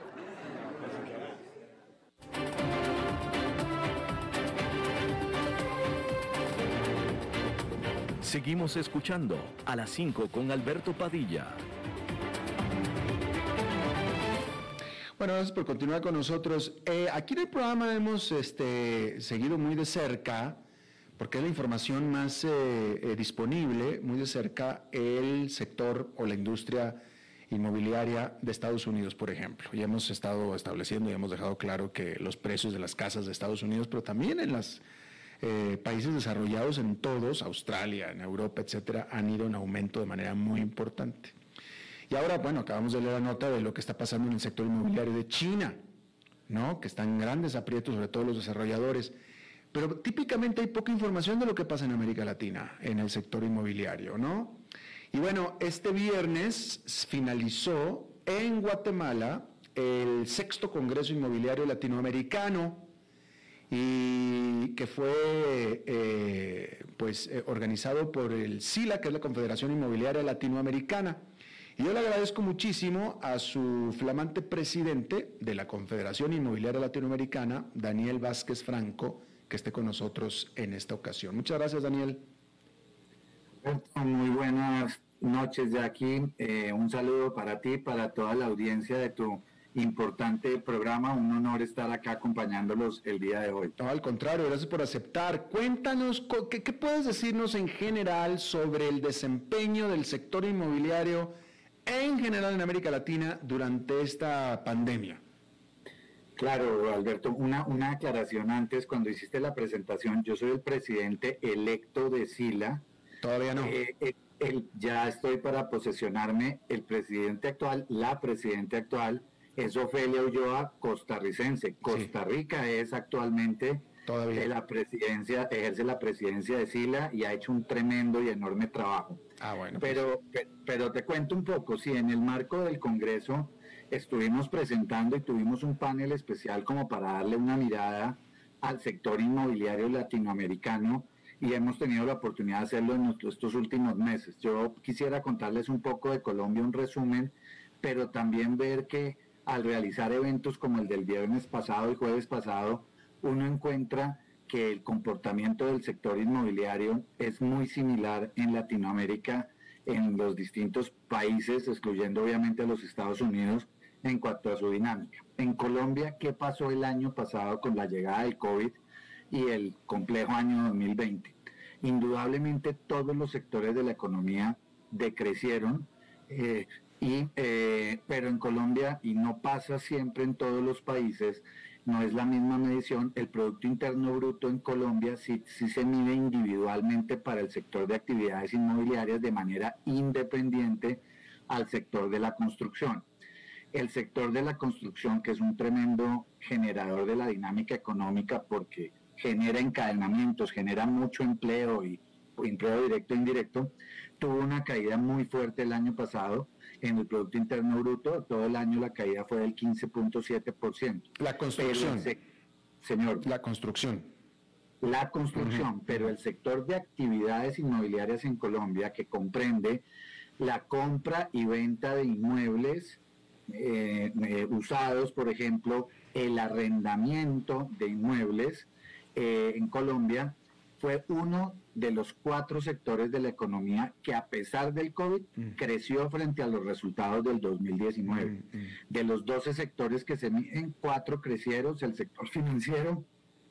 [SPEAKER 1] Seguimos escuchando a las cinco con Alberto Padilla.
[SPEAKER 3] Bueno, gracias por continuar con nosotros. Eh, aquí en el programa hemos este, seguido muy de cerca, porque es la información más eh, eh, disponible, muy de cerca, el sector o la industria inmobiliaria de Estados Unidos, por ejemplo. Ya hemos estado estableciendo y hemos dejado claro que los precios de las casas de Estados Unidos, pero también en los eh, países desarrollados, en todos, Australia, en Europa, etcétera, han ido en aumento de manera muy importante. Y ahora, bueno, acabamos de leer la nota de lo que está pasando en el sector inmobiliario de China, ¿no? Que están en grandes aprietos, sobre todo los desarrolladores. Pero típicamente hay poca información de lo que pasa en América Latina, en el sector inmobiliario, ¿no? Y bueno, este viernes finalizó en Guatemala el sexto Congreso Inmobiliario Latinoamericano, y que fue eh, pues, eh, organizado por el SILA, que es la Confederación Inmobiliaria Latinoamericana. Y yo le agradezco muchísimo a su flamante presidente de la Confederación Inmobiliaria Latinoamericana, Daniel Vázquez Franco, que esté con nosotros en esta ocasión. Muchas gracias, Daniel.
[SPEAKER 7] Muy buenas noches de aquí. Eh, un saludo para ti, para toda la audiencia de tu importante programa. Un honor estar acá acompañándolos el día de hoy.
[SPEAKER 3] No, al contrario, gracias por aceptar. Cuéntanos, ¿qué, qué puedes decirnos en general sobre el desempeño del sector inmobiliario en general en América Latina durante esta pandemia?
[SPEAKER 7] Claro, Alberto, una, una aclaración antes, cuando hiciste la presentación, yo soy el presidente electo de SILA.
[SPEAKER 3] Todavía no.
[SPEAKER 7] Eh, eh, el, ya estoy para posesionarme. El presidente actual, la presidenta actual, es Ofelia Ulloa, costarricense. Costa Rica sí. Es actualmente
[SPEAKER 3] Todavía.
[SPEAKER 7] la presidencia, ejerce la presidencia de SILA y ha hecho un tremendo y enorme trabajo.
[SPEAKER 3] Ah, bueno.
[SPEAKER 7] Pero,
[SPEAKER 3] pues.
[SPEAKER 7] pero te cuento un poco, sí, en el marco del Congreso estuvimos presentando y tuvimos un panel especial como para darle una mirada al sector inmobiliario latinoamericano y hemos tenido la oportunidad de hacerlo en nuestros, estos últimos meses. Yo quisiera contarles un poco de Colombia, un resumen, pero también ver que al realizar eventos como el del viernes pasado y jueves pasado, uno encuentra que el comportamiento del sector inmobiliario es muy similar en Latinoamérica, en los distintos países, excluyendo obviamente a los Estados Unidos, en cuanto a su dinámica. En Colombia, ¿qué pasó el año pasado con la llegada del COVID y el complejo año dos mil veinte? Indudablemente todos los sectores de la economía decrecieron, eh, y, eh, pero en Colombia, y no pasa siempre en todos los países, no es la misma medición, el Producto Interno Bruto en Colombia sí, sí se mide individualmente para el sector de actividades inmobiliarias de manera independiente al sector de la construcción. El sector de la construcción, que es un tremendo generador de la dinámica económica porque genera encadenamientos, genera mucho empleo y empleo directo e indirecto, tuvo una caída muy fuerte el año pasado en el Producto Interno Bruto. Todo el año la caída fue del quince punto siete por ciento.
[SPEAKER 3] La construcción.
[SPEAKER 7] Se, señor.
[SPEAKER 3] La construcción.
[SPEAKER 7] La construcción, uh-huh. Pero el sector de actividades inmobiliarias en Colombia, que comprende la compra y venta de inmuebles eh, eh, usados, por ejemplo, el arrendamiento de inmuebles eh, en Colombia, fue uno de los cuatro sectores de la economía que, a pesar del COVID, mm. creció frente a los resultados del dos mil diecinueve. Mm, mm. De los doce sectores que se miden, cuatro crecieron: el sector financiero,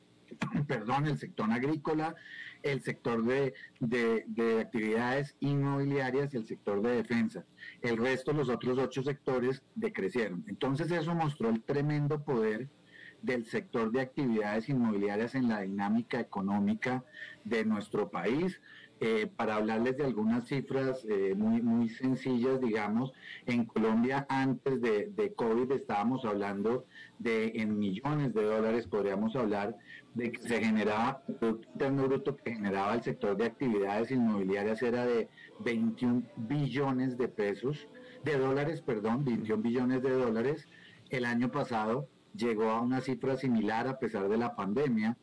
[SPEAKER 7] perdón, el sector agrícola, el sector de, de, de actividades inmobiliarias y el sector de defensa. El resto, los otros ocho sectores, decrecieron. Entonces eso mostró el tremendo poder del sector de actividades inmobiliarias en la dinámica económica de nuestro país. Eh, para hablarles de algunas cifras eh, muy, muy sencillas, digamos, en Colombia antes de, de COVID estábamos hablando de en millones de dólares, podríamos hablar de que se generaba, el Producto Interno Bruto que generaba el sector de actividades inmobiliarias era de veintiún billones de pesos, de dólares, perdón, veintiún billones de dólares. El año pasado llegó a una cifra similar a pesar de la pandemia,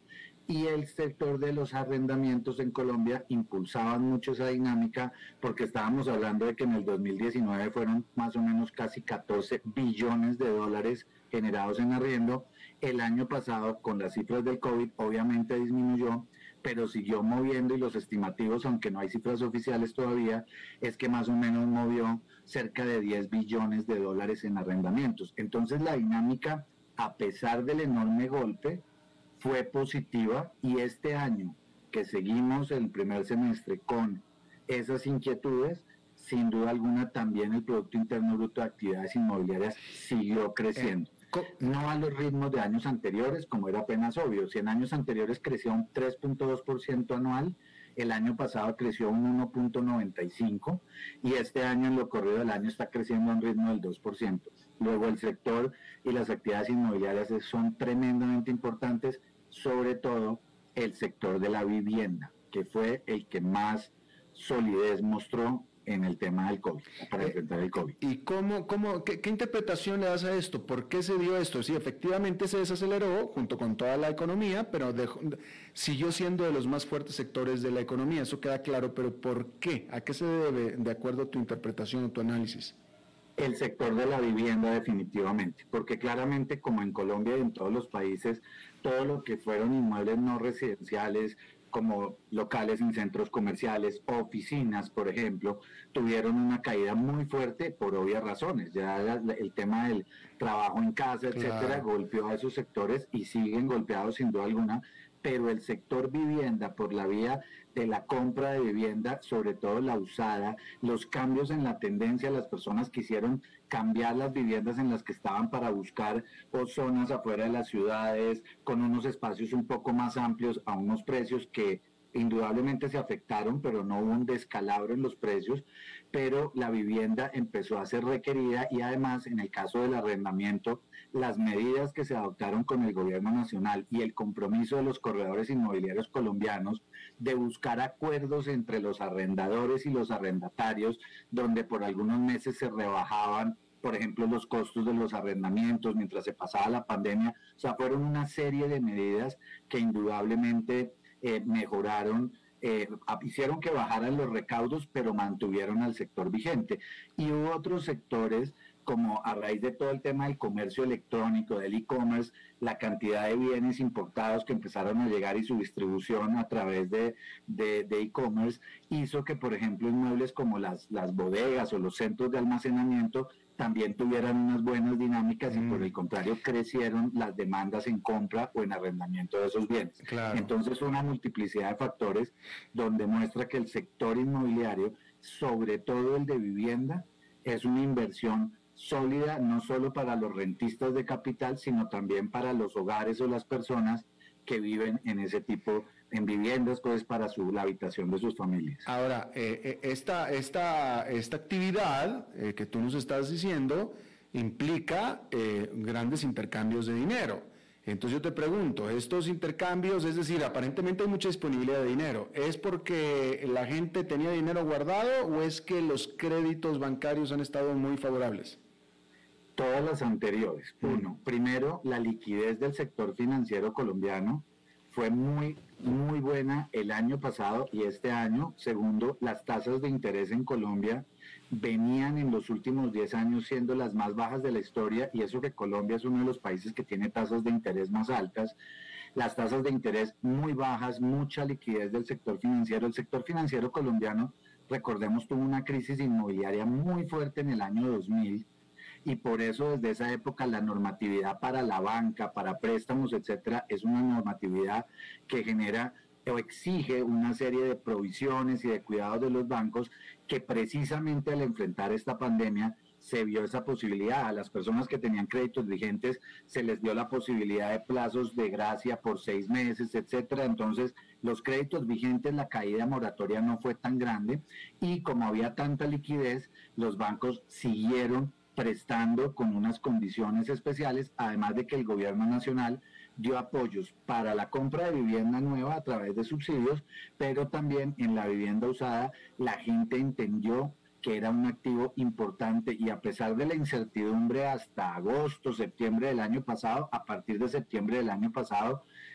[SPEAKER 7] y el sector de los arrendamientos en Colombia impulsaban mucho esa dinámica, porque estábamos hablando de que en el dos mil diecinueve fueron más o menos casi catorce billones de dólares generados en arriendo. El año pasado, con las cifras del COVID, obviamente disminuyó, pero siguió moviendo, y los estimativos, aunque no hay cifras oficiales todavía, es que más o menos movió cerca de diez billones de dólares en arrendamientos. Entonces la dinámica, a pesar del enorme golpe, fue positiva, y este año que seguimos el primer semestre con esas inquietudes, sin duda alguna también el Producto Interno Bruto de Actividades Inmobiliarias siguió creciendo. No a los ritmos de años anteriores, como era apenas obvio. Si en años anteriores creció un tres punto dos por ciento anual, el año pasado creció un uno punto noventa y cinco por ciento, y este año, en lo corrido del año, está creciendo a un ritmo del dos por ciento. Luego, el sector y las actividades inmobiliarias son tremendamente importantes, sobre todo el sector de la vivienda, que fue el que más solidez mostró en el tema del COVID, para eh, enfrentar el COVID.
[SPEAKER 3] ¿Y cómo, cómo, qué, qué interpretación le das a esto? ¿Por qué se dio esto? Sí, efectivamente se desaceleró junto con toda la economía, pero dejó, siguió siendo de los más fuertes sectores de la economía, eso queda claro, pero ¿por qué? ¿A qué se debe, de acuerdo a tu interpretación o tu análisis?
[SPEAKER 7] El sector de la vivienda, definitivamente, porque claramente, como en Colombia y en todos los países, todo lo que fueron inmuebles no residenciales, como locales en centros comerciales, oficinas, por ejemplo, tuvieron una caída muy fuerte por obvias razones. Ya el tema del trabajo en casa, etcétera, claro, golpeó a esos sectores y siguen golpeados sin duda alguna, pero el sector vivienda, por la vía de la compra de vivienda, sobre todo la usada, los cambios en la tendencia, las personas quisieron cambiar las viviendas en las que estaban para buscar o zonas afuera de las ciudades, con unos espacios un poco más amplios, a unos precios que indudablemente se afectaron, pero no hubo un descalabro en los precios, pero la vivienda empezó a ser requerida, y además, en el caso del arrendamiento, las medidas que se adoptaron con el gobierno nacional y el compromiso de los corredores inmobiliarios colombianos de buscar acuerdos entre los arrendadores y los arrendatarios, donde por algunos meses se rebajaban, por ejemplo, los costos de los arrendamientos mientras se pasaba la pandemia. O sea, fueron una serie de medidas que indudablemente eh, mejoraron, eh, hicieron que bajaran los recaudos, pero mantuvieron al sector vigente. Y hubo otros sectores, como a raíz de todo el tema del comercio electrónico, del e-commerce, la cantidad de bienes importados que empezaron a llegar y su distribución a través de, de, de e-commerce, hizo que, por ejemplo, inmuebles como las, las bodegas o los centros de almacenamiento también tuvieran unas buenas dinámicas, mm. y por el contrario crecieron las demandas en compra o en arrendamiento de esos bienes. Claro. Entonces, una multiplicidad de factores donde muestra que el sector inmobiliario, sobre todo el de vivienda, es una inversión sólida, no solo para los rentistas de capital, sino también para los hogares o las personas que viven en ese tipo, en viviendas, pues para su, la habitación de sus familias.
[SPEAKER 3] Ahora, eh, esta, esta, esta actividad eh, que tú nos estás diciendo implica eh, grandes intercambios de dinero. Entonces yo te pregunto, estos intercambios, es decir, aparentemente hay mucha disponibilidad de dinero, ¿es porque la gente tenía dinero guardado o es que los créditos bancarios han estado muy favorables?
[SPEAKER 7] Todas las anteriores. Uno, primero, la liquidez del sector financiero colombiano fue muy, muy buena el año pasado y este año. Segundo, las tasas de interés en Colombia venían en los últimos diez años siendo las más bajas de la historia, y eso que Colombia es uno de los países que tiene tasas de interés más altas. Las tasas de interés muy bajas, mucha liquidez del sector financiero. El sector financiero colombiano, recordemos, tuvo una crisis inmobiliaria muy fuerte en el año dos mil, y por eso desde esa época la normatividad para la banca, para préstamos, etcétera, es una normatividad que genera o exige una serie de provisiones y de cuidados de los bancos, que precisamente al enfrentar esta pandemia se vio esa posibilidad. A las personas que tenían créditos vigentes se les dio la posibilidad de plazos de gracia por seis meses, etcétera. Entonces, los créditos vigentes, la caída moratoria no fue tan grande, y como había tanta liquidez, los bancos siguieron prestando con unas condiciones especiales, además de que el gobierno nacional dio apoyos para la compra de vivienda nueva a través de subsidios, pero también en la vivienda usada la gente entendió que era un activo importante, y a pesar de la incertidumbre hasta agosto, septiembre del año pasado, a partir de septiembre del año pasado,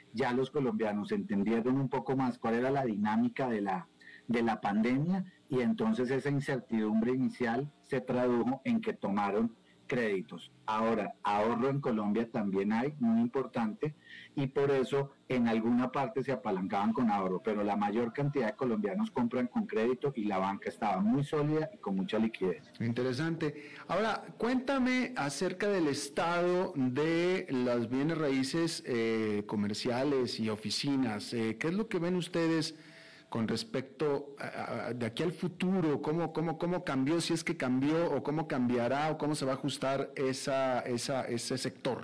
[SPEAKER 7] ya los colombianos entendieron un poco más cuál era la dinámica de la, de la pandemia, y entonces esa incertidumbre inicial se tradujo en que tomaron créditos. Ahora, ahorro en Colombia también hay, muy importante, y por eso en alguna parte se apalancaban con ahorro, pero la mayor cantidad de colombianos compran con crédito y la banca estaba muy sólida y con mucha liquidez.
[SPEAKER 3] Interesante. Ahora, cuéntame acerca del estado de las bienes raíces eh, comerciales y oficinas. Eh, ¿Qué es lo que ven ustedes con respecto a, a, de aquí al futuro? ¿Cómo, cómo, cómo cambió, si es que cambió, o cómo cambiará, o cómo se va a ajustar esa, esa, ese sector?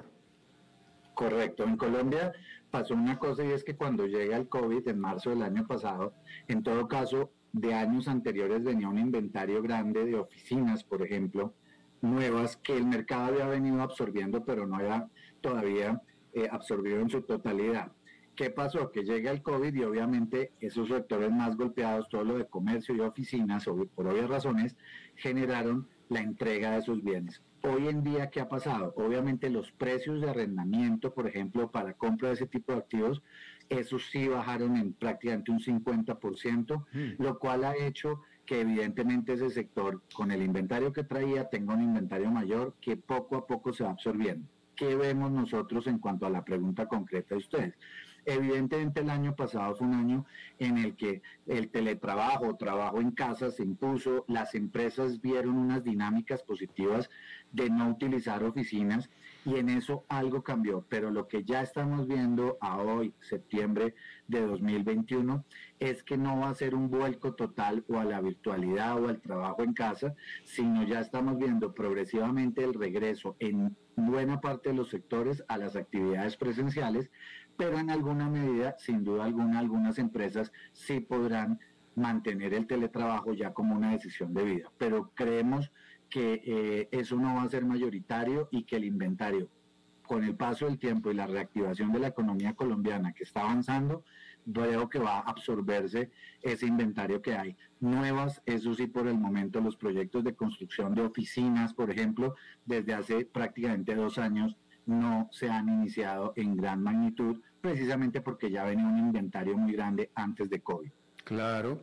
[SPEAKER 7] Correcto. En Colombia pasó una cosa, y es que cuando llega el COVID en marzo del año pasado, en todo caso, de años anteriores venía un inventario grande de oficinas, por ejemplo, nuevas, que el mercado había venido absorbiendo, pero no era todavía eh, absorbido en su totalidad. ¿Qué pasó? Que llega el COVID y obviamente esos sectores más golpeados, todo lo de comercio y oficinas, por obvias razones, generaron la entrega de esos bienes. Hoy en día, ¿qué ha pasado? Obviamente los precios de arrendamiento, por ejemplo, para compra de ese tipo de activos, esos sí bajaron en prácticamente un cincuenta por ciento, mm. lo cual ha hecho que evidentemente ese sector, con el inventario que traía, tenga un inventario mayor que poco a poco se va absorbiendo. ¿Qué vemos nosotros en cuanto a la pregunta concreta de ustedes? Evidentemente el año pasado fue un año en el que el teletrabajo, trabajo en casa se impuso, las empresas vieron unas dinámicas positivas de no utilizar oficinas, y en eso algo cambió, pero lo que ya estamos viendo a hoy, septiembre de dos mil veintiuno, es que no va a ser un vuelco total o a la virtualidad o al trabajo en casa, sino ya estamos viendo progresivamente el regreso en buena parte de los sectores a las actividades presenciales, pero en alguna medida, sin duda alguna, algunas empresas sí podrán mantener el teletrabajo ya como una decisión de vida, pero creemos que eh, eso no va a ser mayoritario, y que el inventario, con el paso del tiempo y la reactivación de la economía colombiana que está avanzando, veo que va a absorberse ese inventario que hay. Nuevas, eso sí, por el momento, los proyectos de construcción de oficinas, por ejemplo, desde hace prácticamente dos años, no se han iniciado en gran magnitud, precisamente porque ya venía un inventario muy grande antes de COVID.
[SPEAKER 3] Claro.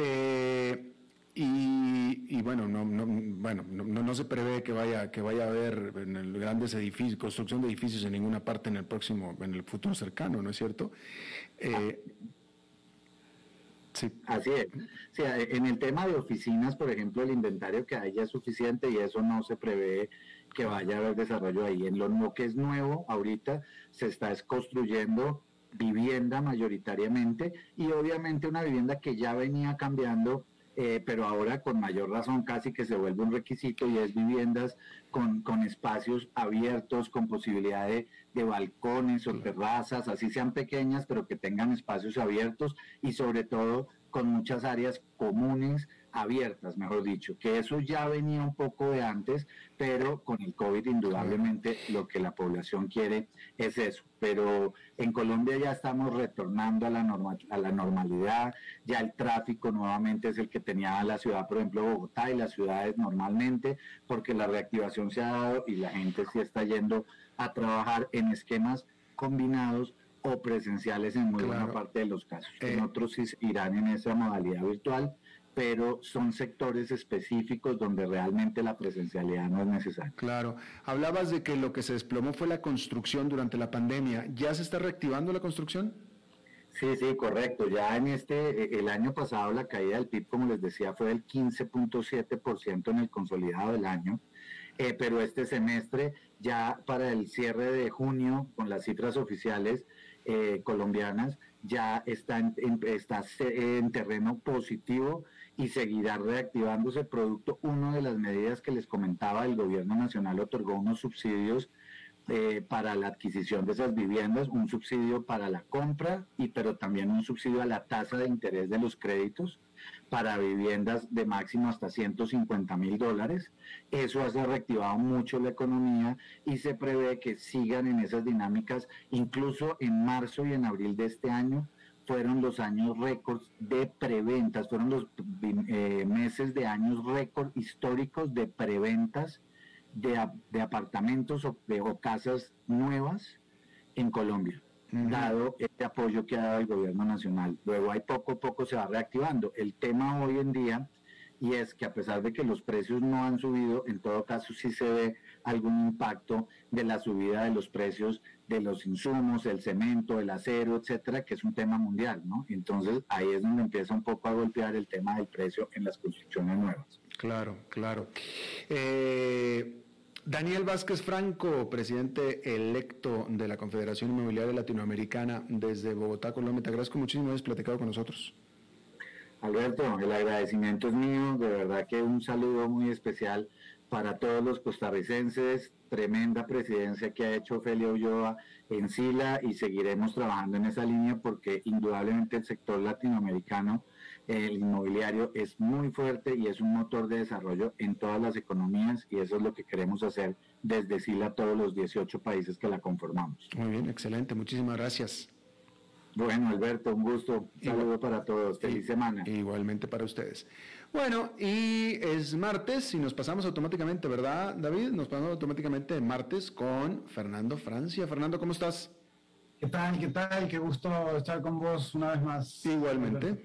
[SPEAKER 3] Eh, y, y bueno, no, no, bueno no, no se prevé que vaya que vaya a haber en el grandes edificios, construcción de edificios en ninguna parte en el próximo, en el futuro cercano, ¿no es cierto? Eh,
[SPEAKER 7] sí. Así es. O sea, en el tema de oficinas, por ejemplo, el inventario que hay ya es suficiente, y eso no se prevé que vaya a haber desarrollo ahí. En lo, lo que es nuevo, ahorita se está construyendo vivienda mayoritariamente, y obviamente una vivienda que ya venía cambiando, eh, pero ahora con mayor razón casi que se vuelve un requisito, y es viviendas con, con espacios abiertos, con posibilidad de, de balcones o terrazas, así sean pequeñas, pero que tengan espacios abiertos, y sobre todo con muchas áreas comunes abiertas, mejor dicho, que eso ya venía un poco de antes, pero con el COVID indudablemente lo que la población quiere es eso. Pero en Colombia ya estamos retornando a la, norma, a la normalidad, ya el tráfico nuevamente es el que tenía la ciudad, por ejemplo Bogotá y las ciudades normalmente, porque la reactivación se ha dado y la gente sí está yendo a trabajar en esquemas combinados o presenciales en muy claro. buena parte de los casos. Eh. En otros sí irán en esa modalidad virtual, pero son sectores específicos donde realmente la presencialidad no es necesaria.
[SPEAKER 3] Claro. Hablabas de que lo que se desplomó fue la construcción durante la pandemia. ¿Ya se está reactivando la construcción?
[SPEAKER 7] Sí, sí, correcto. Ya en este, el año pasado la caída del P I B, como les decía, fue del quince punto siete por ciento en el consolidado del año, eh, pero este semestre, ya para el cierre de junio, con las cifras oficiales eh, colombianas, ya está en, en, está en terreno positivo y seguirá reactivándose producto. Una de las medidas que les comentaba, el gobierno nacional otorgó unos subsidios eh, para la adquisición de esas viviendas, un subsidio para la compra, y pero también un subsidio a la tasa de interés de los créditos para viviendas de máximo hasta ciento cincuenta mil dólares. Eso ha reactivado mucho la economía y se prevé que sigan en esas dinámicas. Incluso en marzo y en abril de este año fueron los años récords de preventas, fueron los eh, meses de años récord históricos de preventas de, de apartamentos o, de, o casas nuevas en Colombia. dado este apoyo que ha dado el gobierno nacional. Luego ahí poco a poco se va reactivando. El tema hoy en día, y es que a pesar de que los precios no han subido, en todo caso sí se ve algún impacto de la subida de los precios de los insumos, el cemento, el acero, etcétera, que es un tema mundial, ¿no? Entonces ahí es donde empieza un poco a golpear el tema del precio en las construcciones nuevas.
[SPEAKER 3] Claro, claro. Eh, Daniel Vázquez Franco, presidente electo de la Confederación Inmobiliaria Latinoamericana desde Bogotá, Colombia. Te agradezco muchísimo que hayas platicado con nosotros.
[SPEAKER 7] Alberto, el agradecimiento es mío, de verdad que un saludo muy especial para todos los costarricenses, tremenda presidencia que ha hecho Ofelia Ulloa en Sila y seguiremos trabajando en esa línea porque indudablemente el sector latinoamericano, el inmobiliario es muy fuerte y es un motor de desarrollo en todas las economías y eso es lo que queremos hacer desde Sila todos los dieciocho países que la conformamos.
[SPEAKER 3] Muy bien, excelente, muchísimas gracias.
[SPEAKER 7] Bueno, Alberto, un gusto. Un saludo Igual, para todos. Feliz semana.
[SPEAKER 3] Igualmente para ustedes. Bueno, y es martes y nos pasamos automáticamente, ¿verdad, David? Nos pasamos automáticamente martes con Fernando Francia. Fernando, ¿cómo estás?
[SPEAKER 8] ¿Qué tal? ¿Qué tal? Qué gusto estar con vos una vez más.
[SPEAKER 3] Igualmente.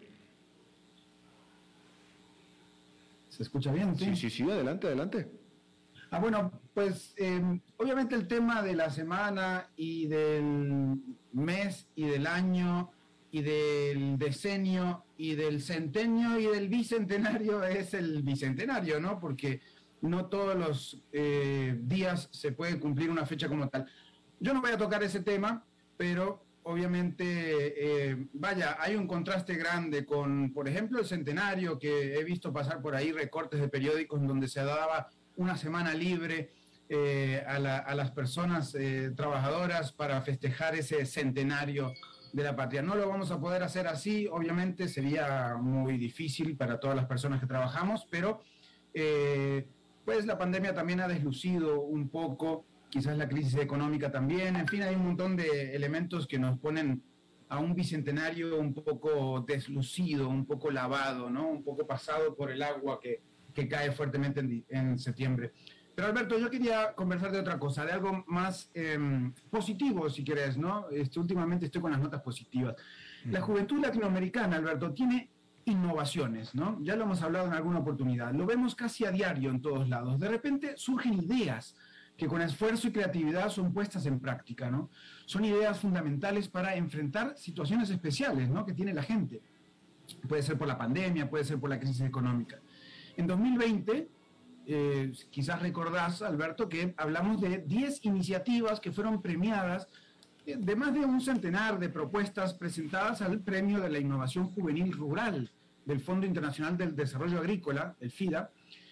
[SPEAKER 8] ¿Se escucha bien?
[SPEAKER 3] Sí, sí, sí, sí adelante, adelante.
[SPEAKER 8] Ah, bueno, pues eh, obviamente el tema de la semana y del mes y del año y del decenio y del centenio y del bicentenario es el bicentenario, ¿no? Porque no todos los eh, días se puede cumplir una fecha como tal. Yo no voy a tocar ese tema, pero obviamente, eh, vaya, hay un contraste grande con, por ejemplo, el centenario, que he visto pasar por ahí recortes de periódicos en donde se daba una semana libre eh, a, la, a las personas eh, trabajadoras para festejar ese centenario de la patria. No lo vamos a poder hacer así, obviamente sería muy difícil para todas las personas que trabajamos, pero eh, pues la pandemia también ha deslucido un poco, quizás la crisis económica también, en fin, hay un montón de elementos que nos ponen a un bicentenario un poco deslucido, un poco lavado, ¿no? Un poco pasado por el agua que que cae fuertemente en, en septiembre. Pero Alberto, yo quería conversar de otra cosa, de algo más eh, positivo, si querés, ¿no? Este, últimamente estoy con las notas positivas. La juventud latinoamericana, Alberto, tiene innovaciones, ¿no? Ya lo hemos hablado en alguna oportunidad, lo vemos casi a diario en todos lados. De repente surgen ideas que con esfuerzo y creatividad son puestas en práctica, ¿no? Son ideas fundamentales para enfrentar situaciones especiales, ¿no? Que tiene la gente. Puede ser por la pandemia, puede ser por la crisis económica. En dos mil veinte, eh, quizás recordás, Alberto, que hablamos de diez iniciativas que fueron premiadas, eh, de más de un centenar de propuestas presentadas al Premio de la Innovación Juvenil Rural del Fondo Internacional del Desarrollo Agrícola, el FIDA,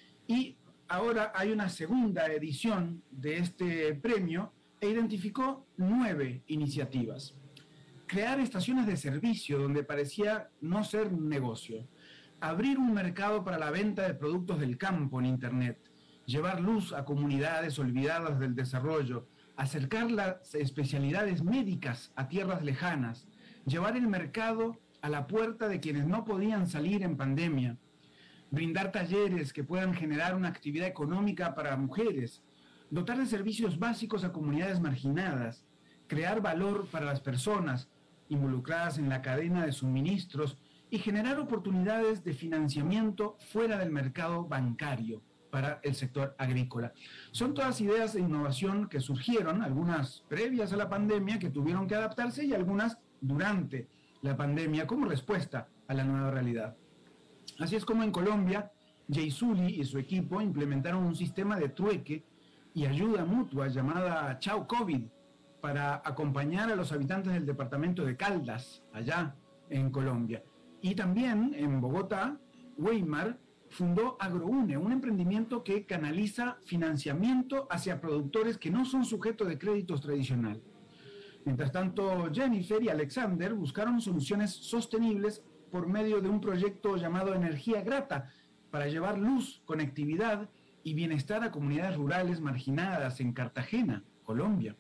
[SPEAKER 8] y ahora hay una segunda edición de este premio e identificó nueve iniciativas. Crear estaciones de servicio donde parecía no ser un negocio. Abrir un mercado para la venta de productos del campo en Internet, llevar luz a comunidades olvidadas del desarrollo, acercar las especialidades médicas a tierras lejanas, llevar el mercado a la puerta de quienes no podían salir en pandemia, brindar talleres que puedan generar una actividad económica para mujeres, dotar de servicios básicos a comunidades marginadas, crear valor para las personas involucradas en la cadena de suministros y generar oportunidades de financiamiento fuera del mercado bancario para el sector agrícola. Son todas ideas de innovación que surgieron, algunas previas a la pandemia que tuvieron que adaptarse y algunas durante la pandemia como respuesta a la nueva realidad. Así es como en Colombia, Jay Zully y su equipo implementaron un sistema de trueque y ayuda mutua llamada Chao COVID para acompañar a los habitantes del departamento de Caldas, allá en Colombia. Y también en Bogotá, Weimar fundó AgroUne, un emprendimiento que canaliza financiamiento hacia productores que no son sujetos de créditos tradicional. Mientras tanto, Jennifer y Alexander buscaron soluciones sostenibles por medio de un proyecto llamado Energía Grata para llevar luz, conectividad y bienestar a comunidades rurales marginadas en Cartagena, Colombia.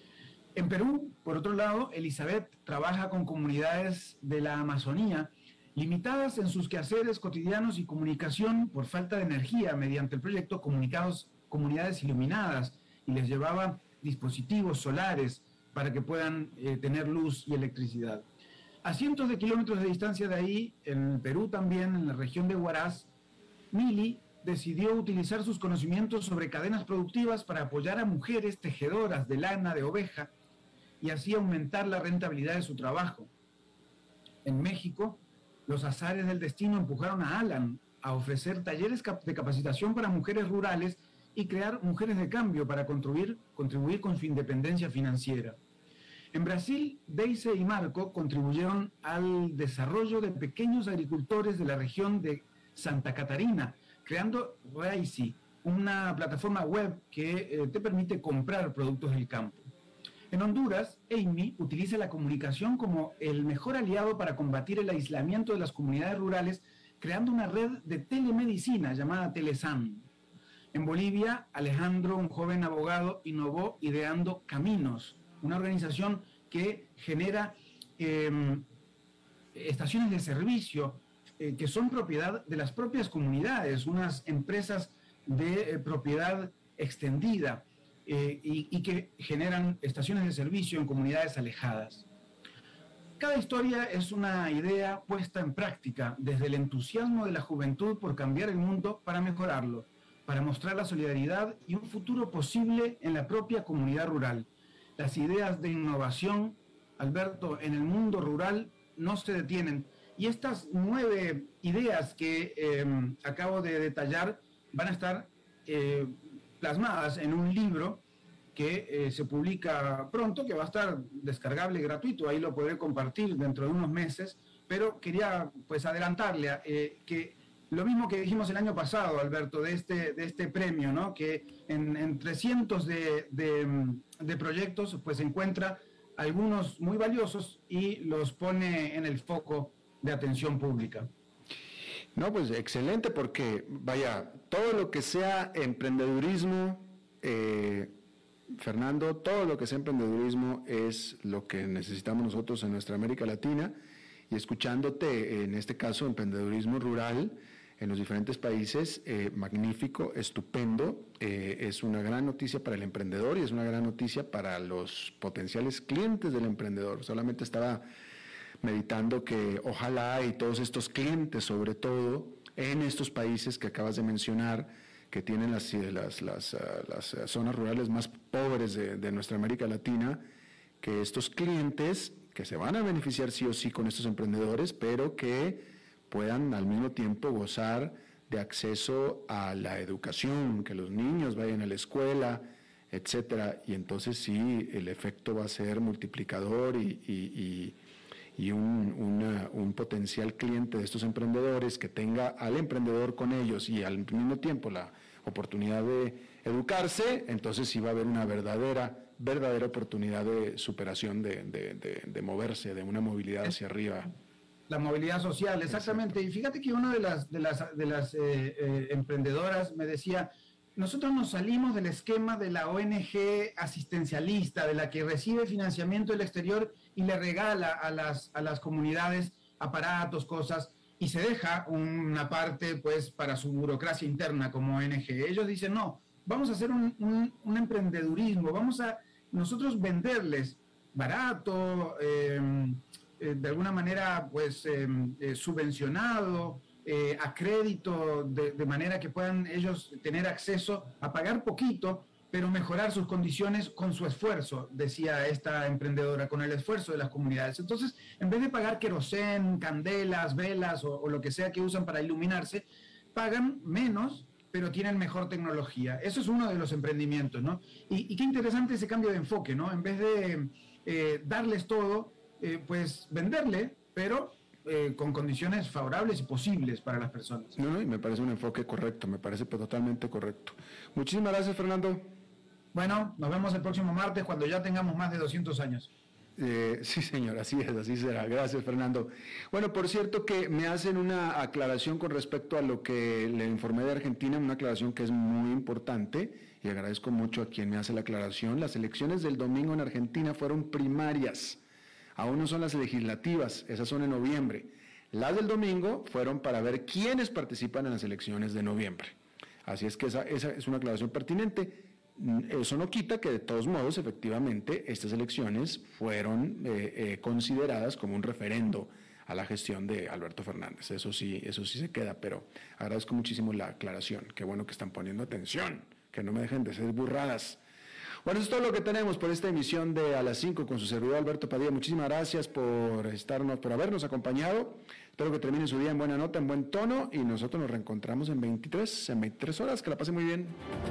[SPEAKER 8] En Perú, por otro lado, Elizabeth trabaja con comunidades de la Amazonía limitadas en sus quehaceres cotidianos y comunicación por falta de energía mediante el proyecto Comunicados, Comunidades Iluminadas, y les llevaba dispositivos solares para que puedan eh, tener luz y electricidad. A cientos de kilómetros de distancia de ahí, en el Perú también, en la región de Huaraz, Mili decidió utilizar sus conocimientos sobre cadenas productivas para apoyar a mujeres tejedoras de lana de oveja y así aumentar la rentabilidad de su trabajo. En México, los azares del destino empujaron a Alan a ofrecer talleres de capacitación para mujeres rurales y crear mujeres de cambio para contribuir, contribuir con su independencia financiera. En Brasil, Deise y Marco contribuyeron al desarrollo de pequeños agricultores de la región de Santa Catarina, creando Raici, una plataforma web que eh, te permite comprar productos del campo. En Honduras, Amy utiliza la comunicación como el mejor aliado para combatir el aislamiento de las comunidades rurales, creando una red de telemedicina llamada Telesan. En Bolivia, Alejandro, un joven abogado, innovó ideando Caminos, una organización que genera eh, estaciones de servicio eh, que son propiedad de las propias comunidades, unas empresas de eh, propiedad extendida. Eh, y, y que generan estaciones de servicio en comunidades alejadas. Cada historia es una idea puesta en práctica desde el entusiasmo de la juventud por cambiar el mundo para mejorarlo, para mostrar la solidaridad y un futuro posible en la propia comunidad rural. Las ideas de innovación, Alberto, en el mundo rural no se detienen. Y estas nueve ideas que eh, acabo de detallar van a estar eh, plasmadas en un libro que eh, se publica pronto, que va a estar descargable gratuito, ahí lo podré compartir dentro de unos meses, pero quería pues adelantarle eh, que lo mismo que dijimos el año pasado, Alberto, de este, de este premio, ¿no? Que en, entre cientos de, de, de proyectos pues se encuentra algunos muy valiosos y los pone en el foco de atención pública.
[SPEAKER 3] No, pues excelente, porque vaya, todo lo que sea emprendedurismo, eh, Fernando, todo lo que sea emprendedurismo es lo que necesitamos nosotros en nuestra América Latina, y escuchándote, en este caso, emprendedurismo rural en los diferentes países, eh, magnífico, estupendo, eh, es una gran noticia para el emprendedor y es una gran noticia para los potenciales clientes del emprendedor. Solamente estaba meditando que ojalá y todos estos clientes, sobre todo en estos países que acabas de mencionar, que tienen las, las, las, las zonas rurales más pobres de, de nuestra América Latina, que estos clientes, que se van a beneficiar sí o sí con estos emprendedores, pero que puedan al mismo tiempo gozar de acceso a la educación, que los niños vayan a la escuela, etcétera, y entonces sí, el efecto va a ser multiplicador y, y, y y un, una, un potencial cliente de estos emprendedores que tenga al emprendedor con ellos y al mismo tiempo la oportunidad de educarse, entonces sí va a haber una verdadera, verdadera oportunidad de superación, de, de, de, de moverse, de una movilidad hacia arriba.
[SPEAKER 8] La movilidad social, exactamente. Exacto. Y fíjate que una de las, de las, de las eh, eh, emprendedoras me decía, nosotros nos salimos del esquema de la O N G asistencialista, de la que recibe financiamiento del exterior y le regala a las, a las comunidades aparatos, cosas, y se deja una parte pues para su burocracia interna como O N G. Ellos dicen, no, vamos a hacer un, un, un emprendedurismo, vamos a nosotros venderles barato, eh, eh, de alguna manera pues eh, eh, subvencionado, Eh, a crédito, de, de manera que puedan ellos tener acceso a pagar poquito, pero mejorar sus condiciones con su esfuerzo, decía esta emprendedora, con el esfuerzo de las comunidades. Entonces, en vez de pagar querosén, candelas, velas o, o lo que sea que usan para iluminarse, pagan menos, pero tienen mejor tecnología. Eso es uno de los emprendimientos, ¿no? Y, y qué interesante ese cambio de enfoque, ¿no? En vez de eh, darles todo, eh, pues venderle, pero Eh, con condiciones favorables y posibles para las personas.
[SPEAKER 3] No, no, y me parece un enfoque correcto, me parece totalmente correcto. Muchísimas gracias, Fernando.
[SPEAKER 8] Bueno, nos vemos el próximo martes cuando ya tengamos más de doscientos años.
[SPEAKER 3] Eh, sí, señor, así es, así será. Gracias, Fernando. Bueno, por cierto que me hacen una aclaración con respecto a lo que le informé de Argentina, una aclaración que es muy importante y agradezco mucho a quien me hace la aclaración. Las elecciones del domingo en Argentina fueron primarias. Aún no son las legislativas, esas son en noviembre. Las del domingo fueron para ver quiénes participan en las elecciones de noviembre. Así es que esa, esa es una aclaración pertinente. Eso no quita que de todos modos, efectivamente, estas elecciones fueron eh, eh, consideradas como un referendo a la gestión de Alberto Fernández. Eso sí, eso sí se queda, pero agradezco muchísimo la aclaración. Qué bueno que están poniendo atención, que no me dejen de ser burradas. Bueno, eso es todo lo que tenemos por esta emisión de A las cinco con su servidor Alberto Padilla. Muchísimas gracias por estarnos, por habernos acompañado. Espero que termine su día en buena nota, en buen tono, y nosotros nos reencontramos en veintitrés, en veintitrés horas. Que la pasen muy bien.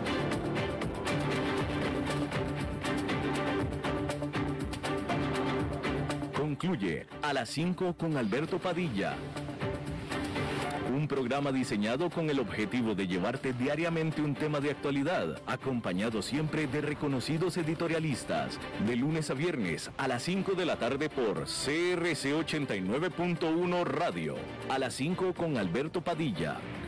[SPEAKER 1] Concluye A las cinco con Alberto Padilla. Un programa diseñado con el objetivo de llevarte diariamente un tema de actualidad, acompañado siempre de reconocidos editorialistas, de lunes a viernes a las cinco de la tarde por C R C ochenta y nueve punto uno Radio. A las cinco con Alberto Padilla.